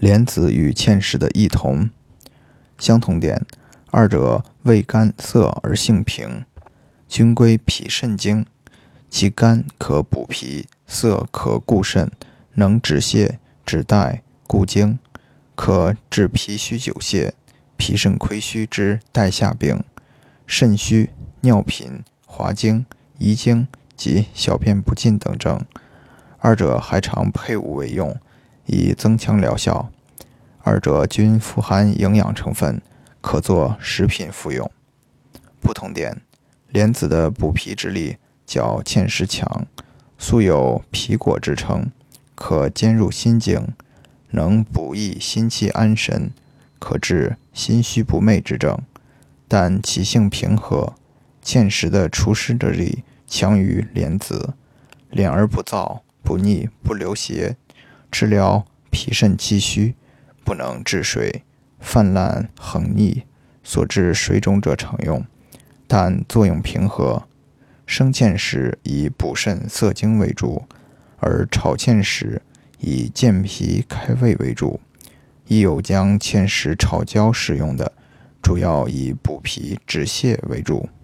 莲子与芡实的异同。相同点，二者味甘涩而性平，均归脾肾经。其甘可补脾，涩可固肾，能止泻、止带、固精，可治脾虚久泻、脾肾亏虚之带下病、肾虚、尿频、滑精、遗精及小便不尽等症。二者还常配伍为用，以增强疗效。二者均富含营养成分，可作食品服用。不同点，莲子的补脾之力较芡实强，素有脾果之称，可兼入心经，能补益心气安神，可治心虚不寐之症，但其性平和，芡实的除湿之力强于莲子，敛而不燥，不腻不流邪，治疗脾肾气虚，不能治水、泛滥横逆所致水肿者常用，但作用平和。生芡实以补肾涩精为主，而炒芡实以健脾开胃为主。亦有将芡实炒焦使用的，主要以补脾止泻为主。